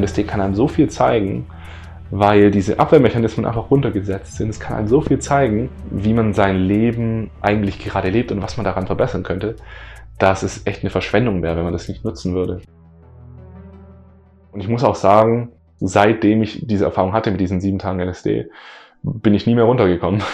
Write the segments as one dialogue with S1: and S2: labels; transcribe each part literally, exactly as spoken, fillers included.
S1: L S D kann einem so viel zeigen, weil diese Abwehrmechanismen einfach runtergesetzt sind. Es kann einem so viel zeigen, wie man sein Leben eigentlich gerade lebt und was man daran verbessern könnte, dass es echt eine Verschwendung wäre, wenn man das nicht nutzen würde. Und ich muss auch sagen, seitdem ich diese Erfahrung hatte mit diesen sieben Tagen L S D, bin ich nie mehr runtergekommen.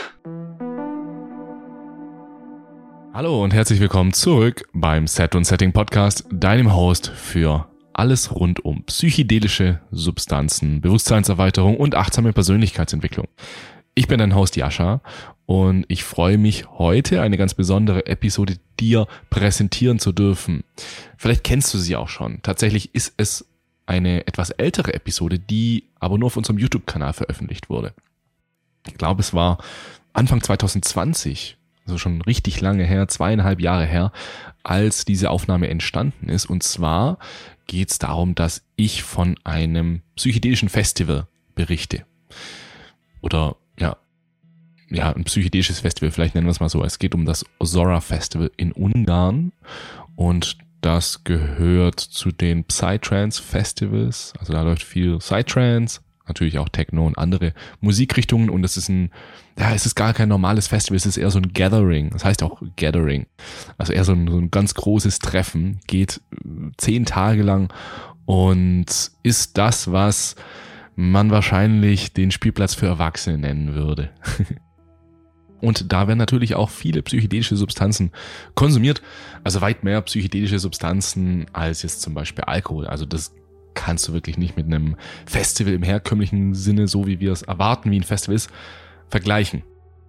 S2: Hallo und herzlich willkommen zurück beim Set und Setting Podcast, deinem Host für alles rund um psychedelische Substanzen, Bewusstseinserweiterung und achtsame Persönlichkeitsentwicklung. Ich bin dein Host Jascha und ich freue mich, heute eine ganz besondere Episode dir präsentieren zu dürfen. Vielleicht kennst du sie auch schon. Tatsächlich ist es eine etwas ältere Episode, die aber nur auf unserem YouTube-Kanal veröffentlicht wurde. Ich glaube, es war Anfang zwanzig zwanzig, also schon richtig lange her, zweieinhalb Jahre her, als diese Aufnahme entstanden ist. Und zwar geht es darum, dass ich von einem psychedelischen Festival berichte. Oder ja, ja, ein psychedelisches Festival, vielleicht nennen wir es mal so. Es geht um das Ozora Festival in Ungarn und das gehört zu den Psytrance Festivals. Also da läuft viel Psytrance, natürlich auch Techno und andere Musikrichtungen und es ist ein, ja, es ist gar kein normales Festival, es ist eher so ein Gathering, das heißt auch Gathering, also eher so ein, so ein ganz großes Treffen, geht zehn Tage lang und ist das, was man wahrscheinlich den Spielplatz für Erwachsene nennen würde. Und da werden natürlich auch viele psychedelische Substanzen konsumiert, also weit mehr psychedelische Substanzen als jetzt zum Beispiel Alkohol, also das kannst du wirklich nicht mit einem Festival im herkömmlichen Sinne, so wie wir es erwarten, wie ein Festival ist, vergleichen.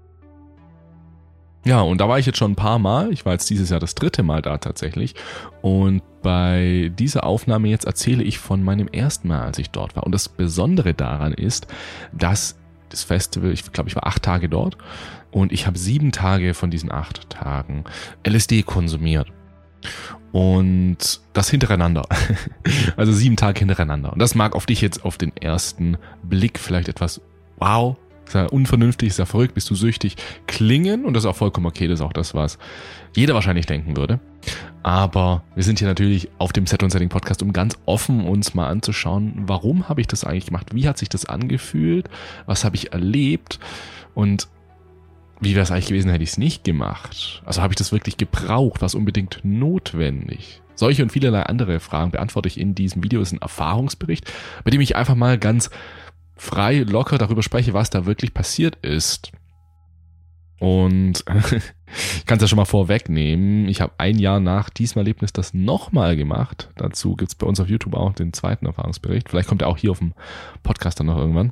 S2: Ja, und da war ich jetzt schon ein paar Mal. Ich war jetzt dieses Jahr das dritte Mal da tatsächlich. Und bei dieser Aufnahme jetzt erzähle ich von meinem ersten Mal, als ich dort war. Und das Besondere daran ist, dass das Festival, ich glaube, ich war acht Tage dort und ich habe sieben Tage von diesen acht Tagen L S D konsumiert. Und das hintereinander. Also sieben Tage hintereinander. Und das mag auf dich jetzt auf den ersten Blick vielleicht etwas, wow, ist ja unvernünftig, ist ja verrückt, bist du süchtig, klingen. Und das ist auch vollkommen okay, das ist auch das, was jeder wahrscheinlich denken würde. Aber wir sind hier natürlich auf dem Set und Setting Podcast, um ganz offen uns mal anzuschauen, warum habe ich das eigentlich gemacht? Wie hat sich das angefühlt? Was habe ich erlebt? Und wie wäre es eigentlich gewesen, hätte ich es nicht gemacht? Also habe ich das wirklich gebraucht? War es unbedingt notwendig? Solche und vielerlei andere Fragen beantworte ich in diesem Video. Es ist ein Erfahrungsbericht, bei dem ich einfach mal ganz frei, locker darüber spreche, was da wirklich passiert ist. Und ich kann es ja schon mal vorwegnehmen. Ich habe ein Jahr nach diesem Erlebnis das nochmal gemacht. Dazu gibt es bei uns auf YouTube auch den zweiten Erfahrungsbericht. Vielleicht kommt er auch hier auf dem Podcast dann noch irgendwann.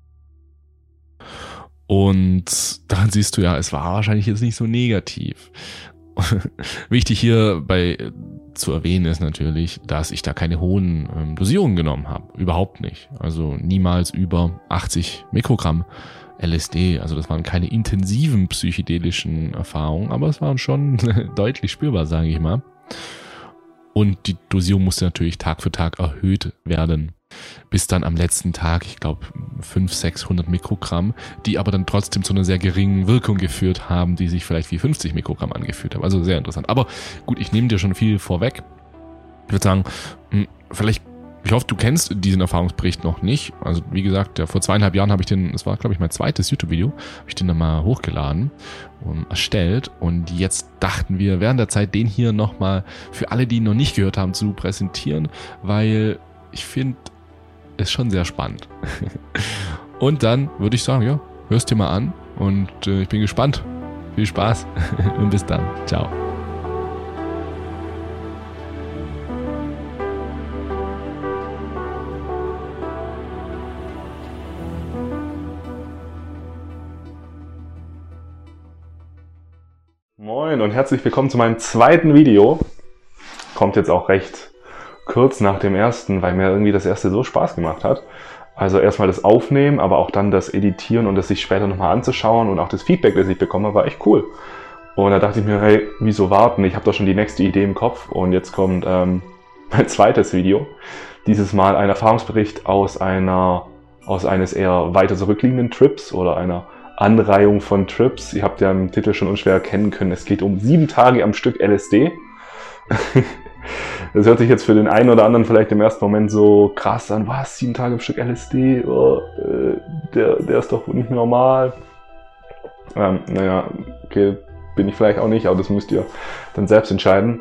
S2: Und daran siehst du ja, es war wahrscheinlich jetzt nicht so negativ. Wichtig hier bei zu erwähnen ist natürlich, dass ich da keine hohen ähm, Dosierungen genommen habe. Überhaupt nicht. Also niemals über achtzig Mikrogramm L S D. Also das waren keine intensiven psychedelischen Erfahrungen, aber es waren schon deutlich spürbar, sage ich mal. Und die Dosierung musste natürlich Tag für Tag erhöht werden. Bis dann am letzten Tag, ich glaube, fünfhundert, sechshundert Mikrogramm, die aber dann trotzdem zu einer sehr geringen Wirkung geführt haben, die sich vielleicht wie fünfzig Mikrogramm angefühlt haben. Also sehr interessant. Aber gut, ich nehme dir schon viel vorweg. Ich würde sagen, vielleicht, ich hoffe, du kennst diesen Erfahrungsbericht noch nicht. Also wie gesagt, ja, vor zweieinhalb Jahren habe ich den, das war glaube ich mein zweites YouTube-Video, habe ich den dann mal hochgeladen und erstellt. Und jetzt dachten wir während der Zeit, den hier nochmal für alle, die ihn noch nicht gehört haben, zu präsentieren, weil ich finde, ist schon sehr spannend. Und dann würde ich sagen, ja, hörst dir mal an und äh, ich bin gespannt. Viel Spaß und bis dann. Ciao.
S1: Moin und herzlich willkommen zu meinem zweiten Video. Kommt jetzt auch recht kurz nach dem ersten, weil mir irgendwie das erste so Spaß gemacht hat. Also erstmal das Aufnehmen, aber auch dann das Editieren und das sich später nochmal anzuschauen und auch das Feedback, das ich bekomme, war echt cool. Und da dachte ich mir, hey, wieso warten? Ich habe doch schon die nächste Idee im Kopf und jetzt kommt ähm, mein zweites Video. Dieses Mal ein Erfahrungsbericht aus einer, aus eines eher weiter zurückliegenden Trips oder einer Anreihung von Trips. Ihr habt ja im Titel schon unschwer erkennen können, es geht um sieben Tage am Stück L S D. Das hört sich jetzt für den einen oder anderen vielleicht im ersten Moment so krass an. Was, sieben Tage am Stück L S D? Oh, äh, der, der ist doch nicht normal. Ähm, naja, okay, bin ich vielleicht auch nicht, aber das müsst ihr dann selbst entscheiden.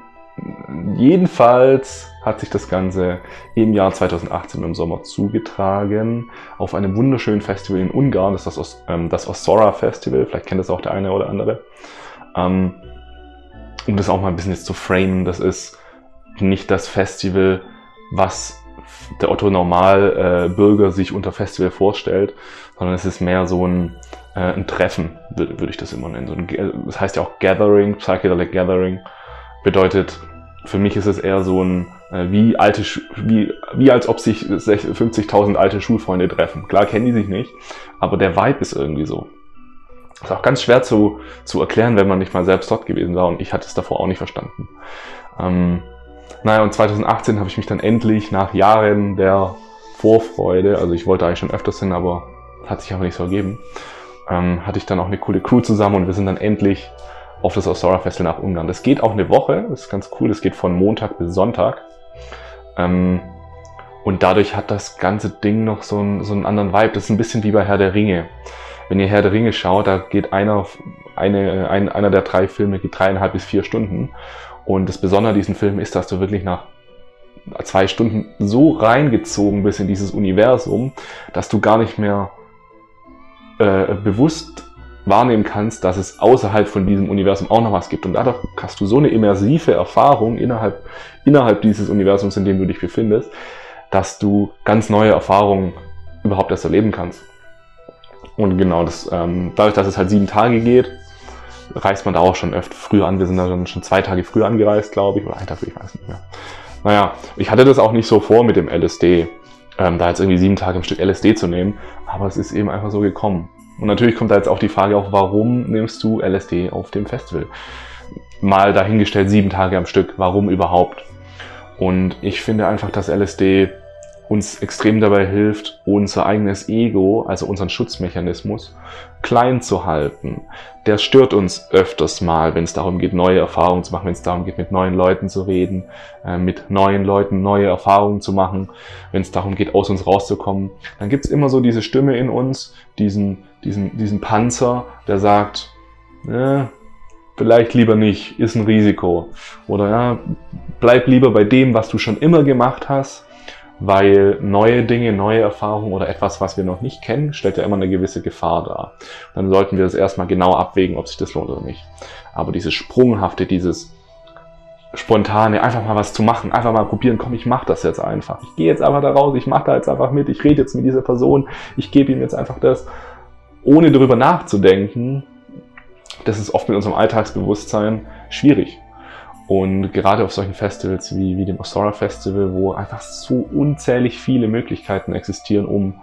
S1: Jedenfalls hat sich das Ganze im Jahr zweitausendachtzehn im Sommer zugetragen auf einem wunderschönen Festival in Ungarn. Das ist das, ähm, das Ossora Festival. Vielleicht kennt das auch der eine oder andere. Ähm, um das auch mal ein bisschen jetzt zu framen, das ist nicht das Festival, was der Otto-Normal-Bürger sich unter Festival vorstellt, sondern es ist mehr so ein, äh, ein Treffen, würde würd ich das immer nennen. So ein, das heißt ja auch Gathering, Psychedelic Gathering. Bedeutet, für mich ist es eher so ein, äh, wie alte, wie, wie als ob sich fünfzigtausend alte Schulfreunde treffen. Klar kennen die sich nicht, aber der Vibe ist irgendwie so. Ist auch ganz schwer zu, zu erklären, wenn man nicht mal selbst dort gewesen war, und ich hatte es davor auch nicht verstanden. Ähm, naja, und zweitausendachtzehn habe ich mich dann endlich nach Jahren der Vorfreude, also ich wollte eigentlich schon öfters hin, aber hat sich aber nicht so ergeben, ähm, hatte ich dann auch eine coole Crew zusammen und wir sind dann endlich auf das Ossora Festival nach Ungarn. Das geht auch eine Woche, das ist ganz cool, das geht von Montag bis Sonntag. Ähm, und dadurch hat das ganze Ding noch so einen, so einen anderen Vibe. Das ist ein bisschen wie bei Herr der Ringe. Wenn ihr Herr der Ringe schaut, da geht einer, eine, ein, einer der drei Filme geht dreieinhalb bis vier Stunden. Und das Besondere an diesen Film ist, dass du wirklich nach zwei Stunden so reingezogen bist in dieses Universum, dass du gar nicht mehr äh, bewusst wahrnehmen kannst, dass es außerhalb von diesem Universum auch noch was gibt. Und dadurch hast du so eine immersive Erfahrung innerhalb, innerhalb dieses Universums, in dem du dich befindest, dass du ganz neue Erfahrungen überhaupt erst erleben kannst. Und genau, das, ähm, dadurch, dass es halt sieben Tage geht, reist man da auch schon öfter früher an. Wir sind da dann schon zwei Tage früher angereist, glaube ich, oder ein Tag, ich weiß nicht mehr. Naja, ich hatte das auch nicht so vor mit dem L S D, ähm, da jetzt irgendwie sieben Tage am Stück L S D zu nehmen, aber es ist eben einfach so gekommen. Und natürlich kommt da jetzt auch die Frage auf, warum nimmst du L S D auf dem Festival? Mal dahingestellt, sieben Tage am Stück, warum überhaupt? Und ich finde einfach, dass L S D uns extrem dabei hilft, unser eigenes Ego, also unseren Schutzmechanismus, klein zu halten. Der stört uns öfters mal, wenn es darum geht, neue Erfahrungen zu machen, wenn es darum geht, mit neuen Leuten zu reden, äh, mit neuen Leuten neue Erfahrungen zu machen, wenn es darum geht, aus uns rauszukommen. Dann gibt es immer so diese Stimme in uns, diesen, diesen, diesen Panzer, der sagt, äh, vielleicht lieber nicht, ist ein Risiko. Oder ja, bleib lieber bei dem, was du schon immer gemacht hast, weil neue Dinge, neue Erfahrungen oder etwas, was wir noch nicht kennen, stellt ja immer eine gewisse Gefahr dar. Dann sollten wir das erstmal genau abwägen, ob sich das lohnt oder nicht. Aber dieses Sprunghafte, dieses Spontane, einfach mal was zu machen, einfach mal probieren, komm, ich mache das jetzt einfach. Ich gehe jetzt einfach da raus, ich mache da jetzt einfach mit, ich rede jetzt mit dieser Person, ich gebe ihm jetzt einfach das, ohne darüber nachzudenken. Das ist oft mit unserem Alltagsbewusstsein schwierig. Und gerade auf solchen Festivals wie, wie dem Ossora Festival, wo einfach so unzählig viele Möglichkeiten existieren, um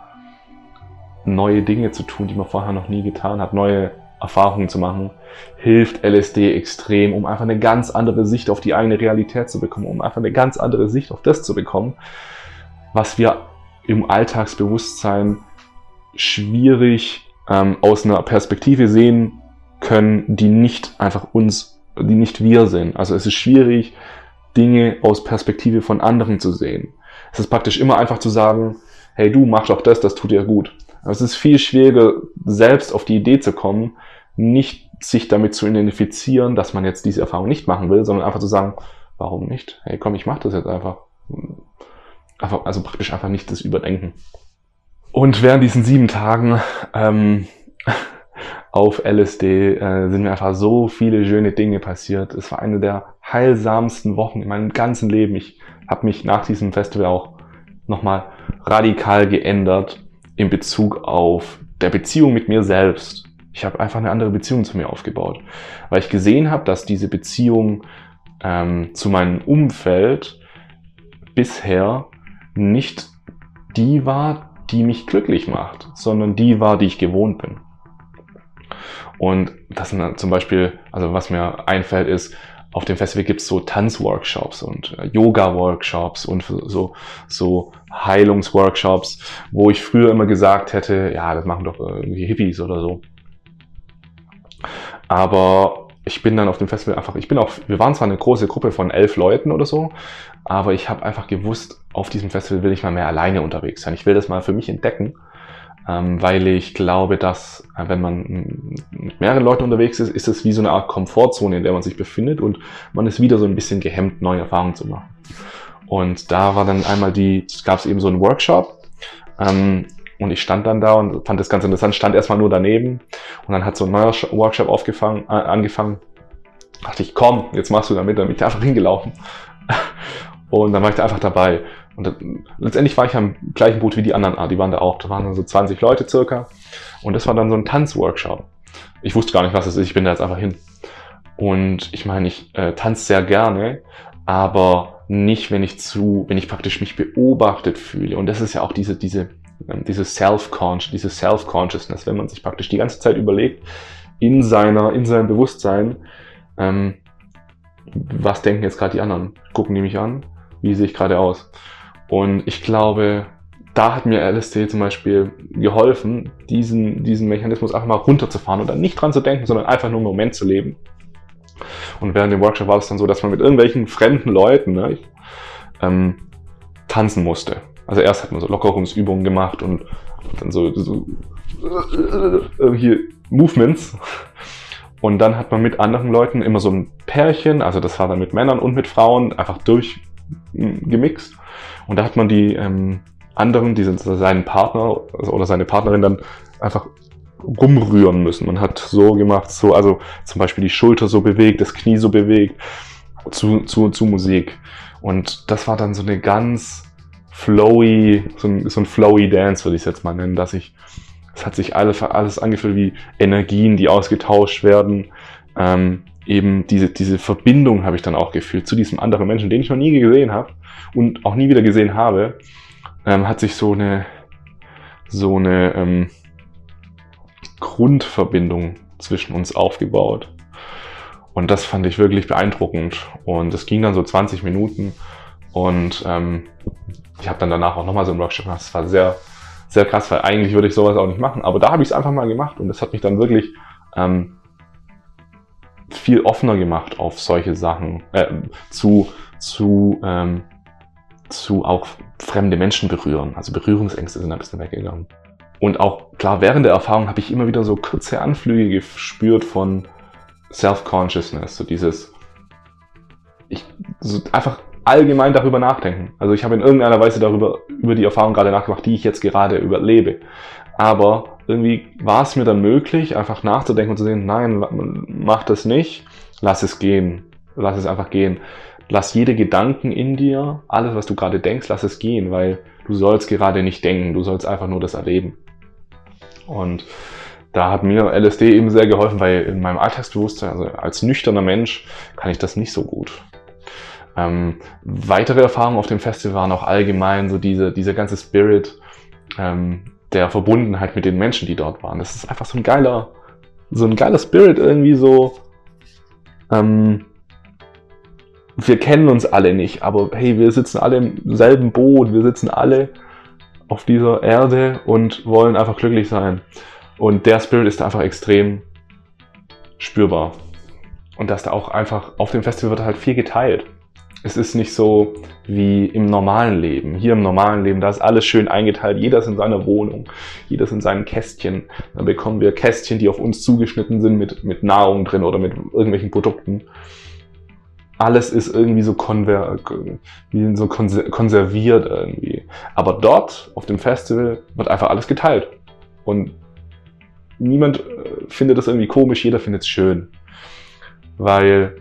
S1: neue Dinge zu tun, die man vorher noch nie getan hat, neue Erfahrungen zu machen, hilft L S D extrem, um einfach eine ganz andere Sicht auf die eigene Realität zu bekommen, um einfach eine ganz andere Sicht auf das zu bekommen, was wir im Alltagsbewusstsein schwierig ähm, aus einer Perspektive sehen können, die nicht einfach uns die nicht wir sind. Also es ist schwierig, Dinge aus Perspektive von anderen zu sehen. Es ist praktisch immer einfach zu sagen, hey, du mach doch das, das tut dir gut. Aber es ist viel schwieriger, selbst auf die Idee zu kommen, nicht sich damit zu identifizieren, dass man jetzt diese Erfahrung nicht machen will, sondern einfach zu sagen, warum nicht? Hey, komm, ich mach das jetzt einfach. einfach also praktisch einfach nicht das Überdenken. Und während diesen sieben Tagen ähm, auf L S D äh, sind mir einfach so viele schöne Dinge passiert. Es war eine der heilsamsten Wochen in meinem ganzen Leben. Ich habe mich nach diesem Festival auch nochmal radikal geändert in Bezug auf der Beziehung mit mir selbst. Ich habe einfach eine andere Beziehung zu mir aufgebaut, weil ich gesehen habe, dass diese Beziehung ähm, zu meinem Umfeld bisher nicht die war, die mich glücklich macht, sondern die war, die ich gewohnt bin. Und das sind zum Beispiel, also was mir einfällt ist, auf dem Festival gibt es so Tanzworkshops und äh, Yoga-Workshops und so, so Heilungsworkshops, wo ich früher immer gesagt hätte, ja, das machen doch irgendwie Hippies oder so. Aber ich bin dann auf dem Festival einfach, ich bin auch, wir waren zwar eine große Gruppe von elf Leuten oder so, aber ich habe einfach gewusst, auf diesem Festival will ich mal mehr alleine unterwegs sein. Ich will das mal für mich entdecken, ähm, weil ich glaube, dass, äh, wenn man mit mehreren Leuten unterwegs ist, ist es wie so eine Art Komfortzone, in der man sich befindet und man ist wieder so ein bisschen gehemmt, neue Erfahrungen zu machen. Und da war dann einmal die, gab es eben so einen Workshop, ähm, und ich stand dann da und fand das ganz interessant, stand erstmal nur daneben und dann hat so ein neuer Workshop aufgefangen, äh, angefangen. Dachte ich, komm, jetzt machst du da mit, dann bin ich da einfach hingelaufen. Und dann war ich da einfach dabei. Und dann, letztendlich war ich am gleichen Boot wie die anderen, ah, die waren da auch, da waren dann so zwanzig Leute circa. Und das war dann so ein Tanzworkshop. Ich wusste gar nicht, was es ist, ich bin da jetzt einfach hin. Und ich meine, ich äh, tanze sehr gerne, aber nicht, wenn ich zu, wenn ich praktisch mich beobachtet fühle. Und das ist ja auch diese, diese, diese Self-Conscious, diese Self-Consciousness, wenn man sich praktisch die ganze Zeit überlegt, in seiner, in seinem Bewusstsein, ähm, was denken jetzt gerade die anderen? Gucken die mich an? Wie sehe ich gerade aus? Und ich glaube, da hat mir L S D zum Beispiel geholfen, diesen, diesen Mechanismus einfach mal runterzufahren und dann nicht dran zu denken, sondern einfach nur im Moment zu leben. Und während dem Workshop war es dann so, dass man mit irgendwelchen fremden Leuten, ne, ähm, tanzen musste. Also erst hat man so Lockerungsübungen gemacht und dann so, so äh, hier Movements. Und dann hat man mit anderen Leuten immer so ein Pärchen, also das war dann mit Männern und mit Frauen, einfach durchgemixt. Und da hat man die ähm, anderen, die sind seinen Partner oder seine Partnerin dann einfach rumrühren müssen. Man hat so gemacht, so, also zum Beispiel die Schulter so bewegt, das Knie so bewegt, zu, zu, zu Musik. Und das war dann so eine ganz flowy, so ein, so ein flowy Dance, würde ich es jetzt mal nennen, dass ich, es hat sich alles, alles angefühlt wie Energien, die ausgetauscht werden. Ähm, eben diese, diese Verbindung habe ich dann auch gefühlt zu diesem anderen Menschen, den ich noch nie gesehen habe und auch nie wieder gesehen habe, ähm, hat sich so eine, so eine ähm, Grundverbindung zwischen uns aufgebaut. Und das fand ich wirklich beeindruckend. Und es ging dann so zwanzig Minuten und ähm, ich habe dann danach auch nochmal so einen Workshop gemacht. Das war sehr, sehr krass, weil eigentlich würde ich sowas auch nicht machen. Aber da habe ich es einfach mal gemacht und das hat mich dann wirklich ähm, viel offener gemacht auf solche Sachen, äh, zu, zu, ähm, zu auch fremde Menschen berühren. Also Berührungsängste sind ein bisschen weggegangen. Und auch, klar, während der Erfahrung habe ich immer wieder so kurze Anflüge gespürt von Self-Consciousness, so dieses, ich, so einfach allgemein darüber nachdenken. Also ich habe in irgendeiner Weise darüber, über die Erfahrung gerade nachgedacht, die ich jetzt gerade überlebe. Aber irgendwie war es mir dann möglich, einfach nachzudenken und zu sehen, nein, mach das nicht, lass es gehen, lass es einfach gehen. Lass jede Gedanken in dir, alles, was du gerade denkst, lass es gehen, weil du sollst gerade nicht denken, du sollst einfach nur das erleben. Und da hat mir L S D eben sehr geholfen, weil in meinem Alltagsbewusstsein, also als nüchterner Mensch, kann ich das nicht so gut. Ähm, weitere Erfahrungen auf dem Festival waren auch allgemein so diese, dieser ganze Spirit ähm, der Verbundenheit mit den Menschen, die dort waren. Das ist einfach so ein geiler, so ein geiler Spirit irgendwie so. Ähm, wir kennen uns alle nicht, aber hey, wir sitzen alle im selben Boot, wir sitzen alle auf dieser Erde und wollen einfach glücklich sein. Und der Spirit ist da einfach extrem spürbar. Und dass da auch einfach, auf dem Festival wird halt viel geteilt. Es ist nicht so wie im normalen Leben. Hier im normalen Leben, da ist alles schön eingeteilt. Jeder ist in seiner Wohnung, jeder ist in seinem Kästchen. Dann bekommen wir Kästchen, die auf uns zugeschnitten sind mit, mit Nahrung drin oder mit irgendwelchen Produkten. Alles ist irgendwie so, konver wie so konserviert irgendwie. Aber dort, auf dem Festival, wird einfach alles geteilt. Und niemand äh, findet das irgendwie komisch, jeder findet es schön. Weil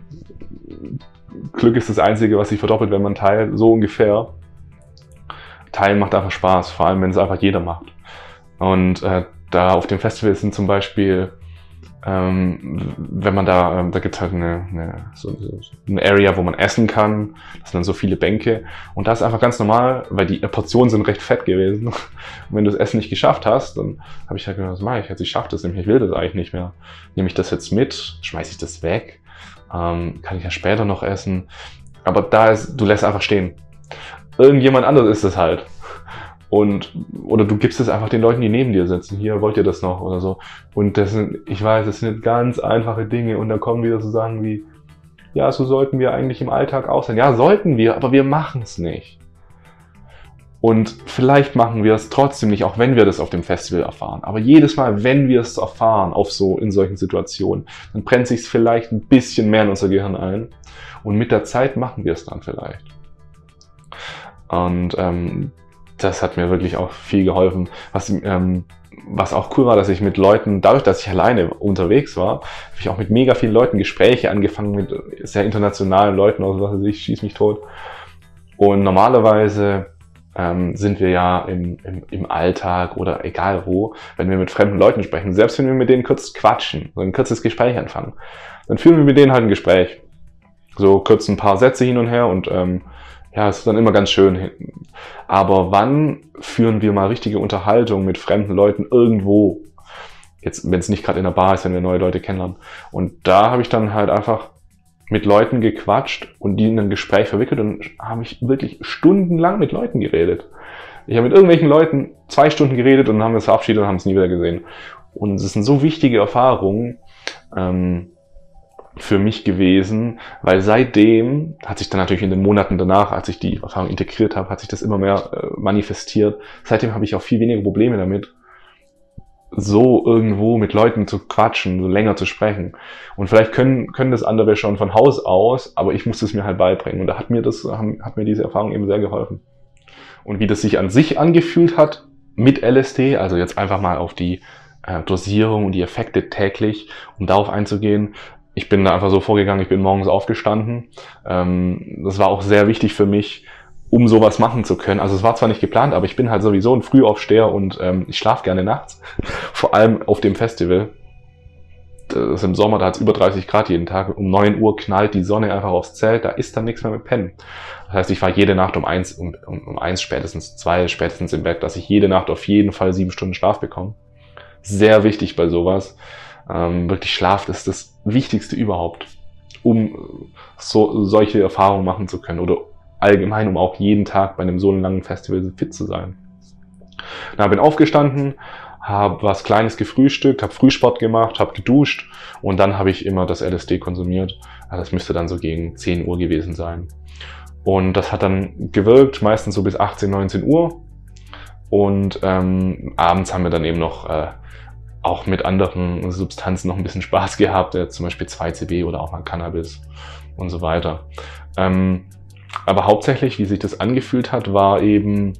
S1: Glück ist das Einzige, was sich verdoppelt, wenn man teilt, so ungefähr. Teilen macht einfach Spaß, vor allem wenn es einfach jeder macht. Und äh, da auf dem Festival sind zum Beispiel, ähm, wenn man da, ähm, da gibt es halt eine, eine, so, so eine Area, wo man essen kann, das sind dann so viele Bänke und das ist einfach ganz normal, weil die Portionen sind recht fett gewesen und wenn du das Essen nicht geschafft hast, dann habe ich halt gedacht, was mache ich jetzt, ich schaffe das nämlich, ich will das eigentlich nicht mehr. Nehme ich das jetzt mit, schmeiße ich das weg, ähm, kann ich ja später noch essen, aber da ist, du lässt einfach stehen. Irgendjemand anderes ist es halt. Und, oder du gibst es einfach den Leuten, die neben dir sitzen. Hier, wollt ihr das noch oder so. Und das sind, ich weiß, das sind ganz einfache Dinge. Und da kommen wieder so Sachen wie, ja, so sollten wir eigentlich im Alltag auch sein. Ja, sollten wir, aber wir machen es nicht. Und vielleicht machen wir es trotzdem nicht, auch wenn wir das auf dem Festival erfahren. Aber jedes Mal, wenn wir es erfahren, auf so, in solchen Situationen, dann brennt sich es vielleicht ein bisschen mehr in unser Gehirn ein. Und mit der Zeit machen wir es dann vielleicht. Und ähm, das hat mir wirklich auch viel geholfen. Was, ähm, was auch cool war, dass ich mit Leuten, dadurch, dass ich alleine unterwegs war, habe ich auch mit mega vielen Leuten Gespräche angefangen, mit sehr internationalen Leuten, also was weiß ich, schieß mich tot. Und normalerweise ähm, sind wir ja im, im, im Alltag oder egal wo, wenn wir mit fremden Leuten sprechen, selbst wenn wir mit denen kurz quatschen, so ein kurzes Gespräch anfangen, dann führen wir mit denen halt ein Gespräch. So kurz ein paar Sätze hin und her und ähm, ja, es ist dann immer ganz schön. Aber wann führen wir mal richtige Unterhaltung mit fremden Leuten irgendwo? Jetzt, wenn es nicht gerade in der Bar ist, wenn wir neue Leute kennenlernen. Und da habe ich dann halt einfach mit Leuten gequatscht und die in ein Gespräch verwickelt und habe ich wirklich stundenlang mit Leuten geredet. Ich habe mit irgendwelchen Leuten zwei Stunden geredet und dann haben wir uns verabschiedet und haben es nie wieder gesehen. Und es sind so wichtige Erfahrungen, ähm, für mich gewesen, weil seitdem hat sich dann natürlich in den Monaten danach, als ich die Erfahrung integriert habe, hat sich das immer mehr äh, manifestiert. Seitdem habe ich auch viel weniger Probleme damit, so irgendwo mit Leuten zu quatschen, so länger zu sprechen. Und vielleicht können können das andere schon von Haus aus, aber ich musste es mir halt beibringen. Und da hat mir das hat mir diese Erfahrung eben sehr geholfen. Und wie das sich an sich angefühlt hat mit L S D, also jetzt einfach mal auf die äh, Dosierung und die Effekte täglich, um darauf einzugehen. Ich bin da einfach so vorgegangen, ich bin morgens aufgestanden. Ähm, das war auch sehr wichtig für mich, um sowas machen zu können. Also es war zwar nicht geplant, aber ich bin halt sowieso ein Frühaufsteher und ähm, ich schlafe gerne nachts. Vor allem auf dem Festival. Das ist im Sommer, da hat es über dreißig Grad jeden Tag. Um neun Uhr knallt die Sonne einfach aufs Zelt, da ist dann nichts mehr mit Pennen. Das heißt, ich war jede Nacht um eins, um, um, um eins spätestens zwei, spätestens im Bett, dass ich jede Nacht auf jeden Fall sieben Stunden Schlaf bekomme. Sehr wichtig bei sowas. Ähm, wirklich Schlaf ist das Wichtigste überhaupt, um so, solche Erfahrungen machen zu können oder allgemein, um auch jeden Tag bei einem so langen Festival fit zu sein. Na, bin aufgestanden, habe was Kleines gefrühstückt, habe Frühsport gemacht, habe geduscht und dann habe ich immer das L S D konsumiert. Das müsste dann so gegen zehn Uhr gewesen sein. Und das hat dann gewirkt, meistens so bis achtzehn, neunzehn Uhr. Und ähm, abends haben wir dann eben noch äh, auch mit anderen Substanzen noch ein bisschen Spaß gehabt, äh, zum Beispiel zwei C B oder auch mal Cannabis und so weiter. Ähm, aber hauptsächlich, wie sich das angefühlt hat, war eben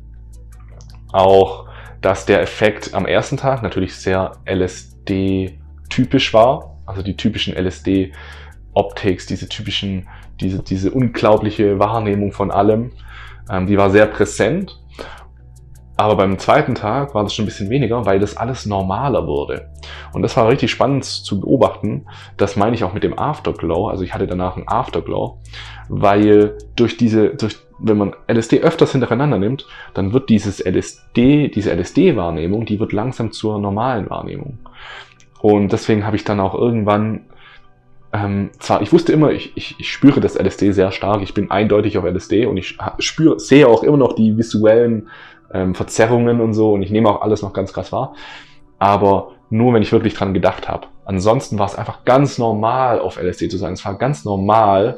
S1: auch, dass der Effekt am ersten Tag natürlich sehr L S D-typisch war, also die typischen L S D-Optics, diese typischen, diese, diese unglaubliche Wahrnehmung von allem, ähm, die war sehr präsent. Aber beim zweiten Tag war das schon ein bisschen weniger, weil das alles normaler wurde. Und das war richtig spannend zu beobachten. Das meine ich auch mit dem Afterglow. Also ich hatte danach einen Afterglow, weil durch diese, durch, wenn man L S D öfters hintereinander nimmt, dann wird dieses L S D, diese L S D-Wahrnehmung, die wird langsam zur normalen Wahrnehmung. Und deswegen habe ich dann auch irgendwann, ähm, zwar, ich wusste immer, ich, ich, ich spüre das L S D sehr stark. Ich bin eindeutig auf L S D und ich spüre, sehe auch immer noch die visuellen Ähm, Verzerrungen und so und ich nehme auch alles noch ganz krass wahr, aber nur wenn ich wirklich dran gedacht habe. Ansonsten war es einfach ganz normal, auf L S D zu sein. Es war ganz normal,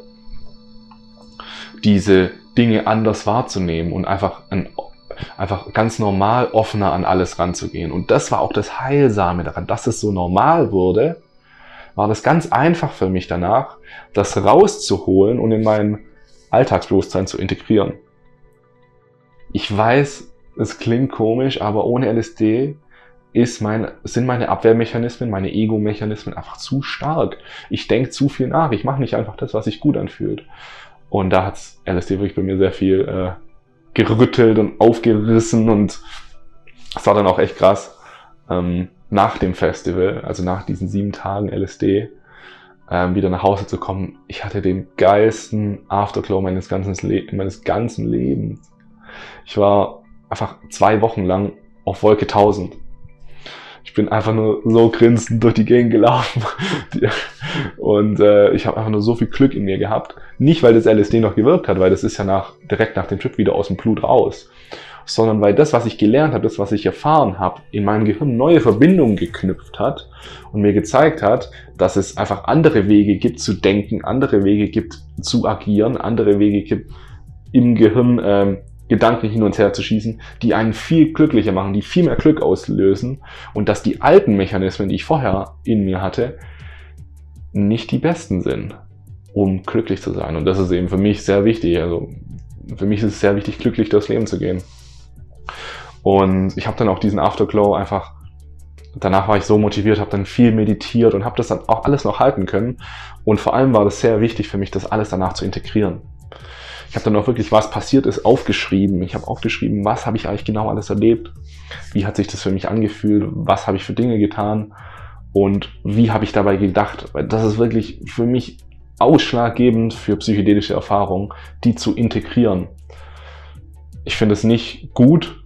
S1: diese Dinge anders wahrzunehmen und einfach, ein, einfach ganz normal offener an alles ranzugehen. Und das war auch das Heilsame daran, dass es so normal wurde, war das ganz einfach für mich danach, das rauszuholen und in mein Alltagsbewusstsein zu integrieren. Ich weiß, es klingt komisch, aber ohne L S D ist mein, sind meine Abwehrmechanismen, meine Ego-Mechanismen einfach zu stark. Ich denke zu viel nach. Ich mache nicht einfach das, was sich gut anfühlt. Und da hat L S D wirklich bei mir sehr viel äh, gerüttelt und aufgerissen und es war dann auch echt krass. Ähm, nach dem Festival, also nach diesen sieben Tagen L S D, ähm, wieder nach Hause zu kommen. Ich hatte den geilsten Afterglow meines ganzen, Le- meines ganzen Lebens. Ich war einfach zwei Wochen lang auf Wolke tausend. Ich bin einfach nur so grinsend durch die Gegend gelaufen. Und äh, ich habe einfach nur so viel Glück in mir gehabt. Nicht, weil das L S D noch gewirkt hat, weil das ist ja nach, direkt nach dem Trip wieder aus dem Blut raus. sondern weil das, was ich gelernt habe, das, was ich erfahren habe, in meinem Gehirn neue Verbindungen geknüpft hat und mir gezeigt hat, dass es einfach andere Wege gibt zu denken, andere Wege gibt zu agieren, andere Wege gibt im Gehirn ähm, Gedanken hin und her zu schießen, die einen viel glücklicher machen, die viel mehr Glück auslösen und dass die alten Mechanismen, die ich vorher in mir hatte, nicht die besten sind, um glücklich zu sein. Und das ist eben für mich sehr wichtig. Also für mich ist es sehr wichtig, glücklich durchs Leben zu gehen. Und ich habe dann auch diesen Afterglow einfach, danach war ich so motiviert, habe dann viel meditiert und habe das dann auch alles noch halten können. Und vor allem war das sehr wichtig für mich, das alles danach zu integrieren. Ich habe dann auch wirklich, was passiert ist, aufgeschrieben. Ich habe aufgeschrieben, was habe ich eigentlich genau alles erlebt, wie hat sich das für mich angefühlt, was habe ich für Dinge getan und wie habe ich dabei gedacht. Weil das ist wirklich für mich ausschlaggebend für psychedelische Erfahrungen, die zu integrieren. Ich finde es nicht gut,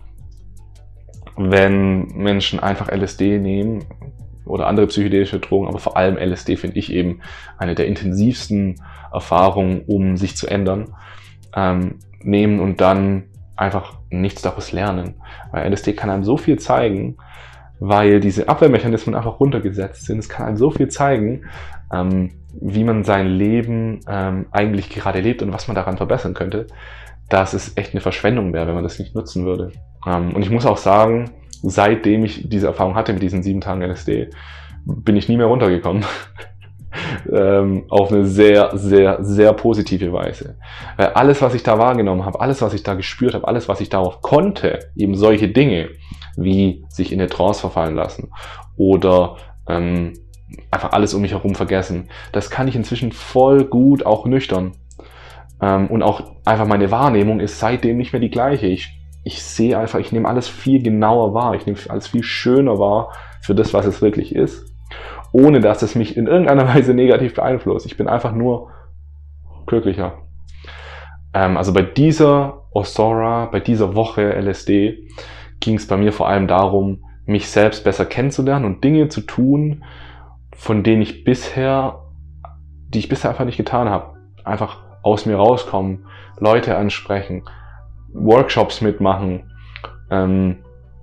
S1: wenn Menschen einfach L S D nehmen oder andere psychedelische Drogen, aber vor allem L S D finde ich eben eine der intensivsten Erfahrungen, um sich zu ändern, ähm, nehmen und dann einfach nichts daraus lernen. Weil L S D kann einem so viel zeigen, weil diese Abwehrmechanismen einfach runtergesetzt sind. Es kann einem so viel zeigen, ähm, wie man sein Leben ähm, eigentlich gerade lebt und was man daran verbessern könnte, dass es echt eine Verschwendung wäre, wenn man das nicht nutzen würde. Ähm, und ich muss auch sagen, seitdem ich diese Erfahrung hatte mit diesen sieben Tagen L S D, bin ich nie mehr runtergekommen. ähm, auf eine sehr, sehr, sehr positive Weise. Weil alles, was ich da wahrgenommen habe, alles, was ich da gespürt habe, alles, was ich darauf konnte, eben solche Dinge, wie sich in eine Trance verfallen lassen oder ähm, einfach alles um mich herum vergessen, das kann ich inzwischen voll gut auch nüchtern. Ähm, und auch einfach meine Wahrnehmung ist seitdem nicht mehr die gleiche. Ich, ich sehe einfach, ich nehme alles viel genauer wahr, ich nehme alles viel schöner wahr für das, was es wirklich ist, ohne dass es mich in irgendeiner Weise negativ beeinflusst. Ich bin einfach nur glücklicher. Ähm, also bei dieser Osora, bei dieser Woche L S D ging es bei mir vor allem darum, mich selbst besser kennenzulernen und Dinge zu tun, von denen ich bisher, die ich bisher einfach nicht getan habe. Einfach aus mir rauskommen, Leute ansprechen, Workshops mitmachen, ähm,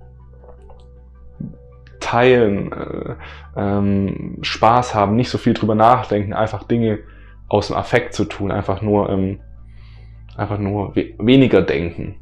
S1: teilen, äh, ähm, Spaß haben, nicht so viel drüber nachdenken, einfach Dinge aus dem Affekt zu tun, einfach nur, ähm, einfach nur we- weniger denken.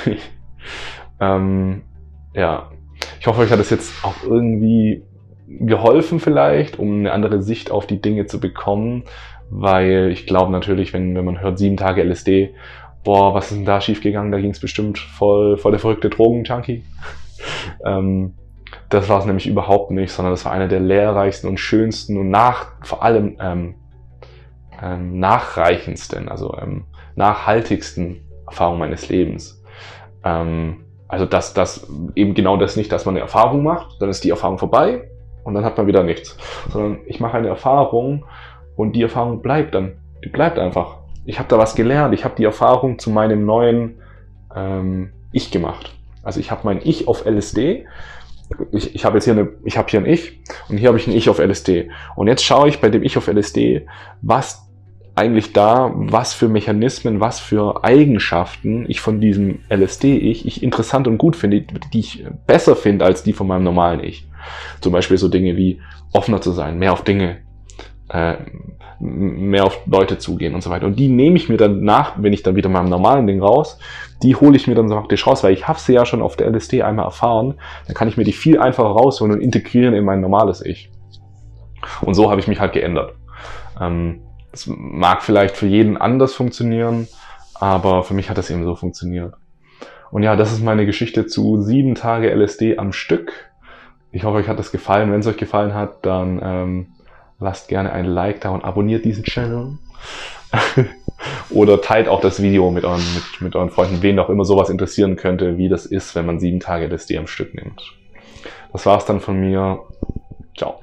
S1: ähm, ja, ich hoffe, euch hat es jetzt auch irgendwie geholfen vielleicht, um eine andere Sicht auf die Dinge zu bekommen, weil ich glaube natürlich, wenn, wenn man hört sieben Tage L S D, boah, was ist denn da schiefgegangen, da ging es bestimmt voll, voll der verrückte Drogen-Junkie. ähm, das war es nämlich überhaupt nicht, sondern das war eine der lehrreichsten und schönsten und nach, vor allem ähm, ähm, nachreichendsten, also ähm, nachhaltigsten Erfahrungen meines Lebens. Ähm, also dass das eben genau das nicht, dass man eine Erfahrung macht, dann ist die Erfahrung vorbei und dann hat man wieder nichts, sondern ich mache eine Erfahrung und die Erfahrung bleibt dann, die bleibt einfach. Ich habe da was gelernt, ich habe die Erfahrung zu meinem neuen ähm, Ich gemacht. Also ich habe mein Ich auf L S D, ich, ich habe jetzt hier eine, ich habe hier ein Ich und hier habe ich ein Ich auf L S D. Und jetzt schaue ich bei dem Ich auf L S D, was eigentlich da, was für Mechanismen, was für Eigenschaften ich von diesem L S D-Ich ich interessant und gut finde, die ich besser finde als die von meinem normalen Ich. Zum Beispiel so Dinge wie offener zu sein, mehr auf Dinge, äh, mehr auf Leute zugehen und so weiter. Und die nehme ich mir dann nach, wenn ich dann wieder meinem normalen Ding raus, die hole ich mir dann so praktisch raus, weil ich habe sie ja schon auf der L S D einmal erfahren, dann kann ich mir die viel einfacher rausholen und integrieren in mein normales Ich. Und so habe ich mich halt geändert. Ähm, das mag vielleicht für jeden anders funktionieren, aber für mich hat das eben so funktioniert. Und ja, das ist meine Geschichte zu sieben Tage L S D am Stück. Ich hoffe, euch hat das gefallen. Wenn es euch gefallen hat, dann ähm, lasst gerne ein Like da und abonniert diesen Channel. Oder teilt auch das Video mit euren, mit, mit euren Freunden, wen auch immer sowas interessieren könnte, wie das ist, wenn man sieben Tage L S D am Stück nimmt. Das war's dann von mir. Ciao.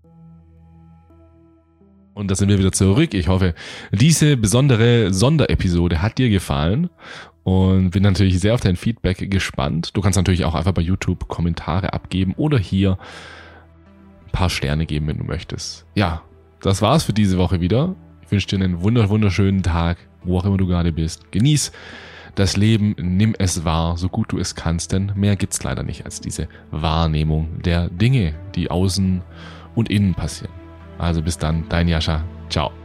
S2: Und da sind wir wieder zurück. Ich hoffe, diese besondere Sonderepisode hat dir gefallen und bin natürlich sehr auf dein Feedback gespannt. Du kannst natürlich auch einfach bei YouTube Kommentare abgeben oder hier ein paar Sterne geben, wenn du möchtest. Ja, das war's für diese Woche wieder. Ich wünsche dir einen wunderschönen Tag, wo auch immer du gerade bist. Genieß das Leben, nimm es wahr, so gut du es kannst, denn mehr gibt's leider nicht als diese Wahrnehmung der Dinge, die außen und innen passieren. Also bis dann, dein Jascha. Ciao.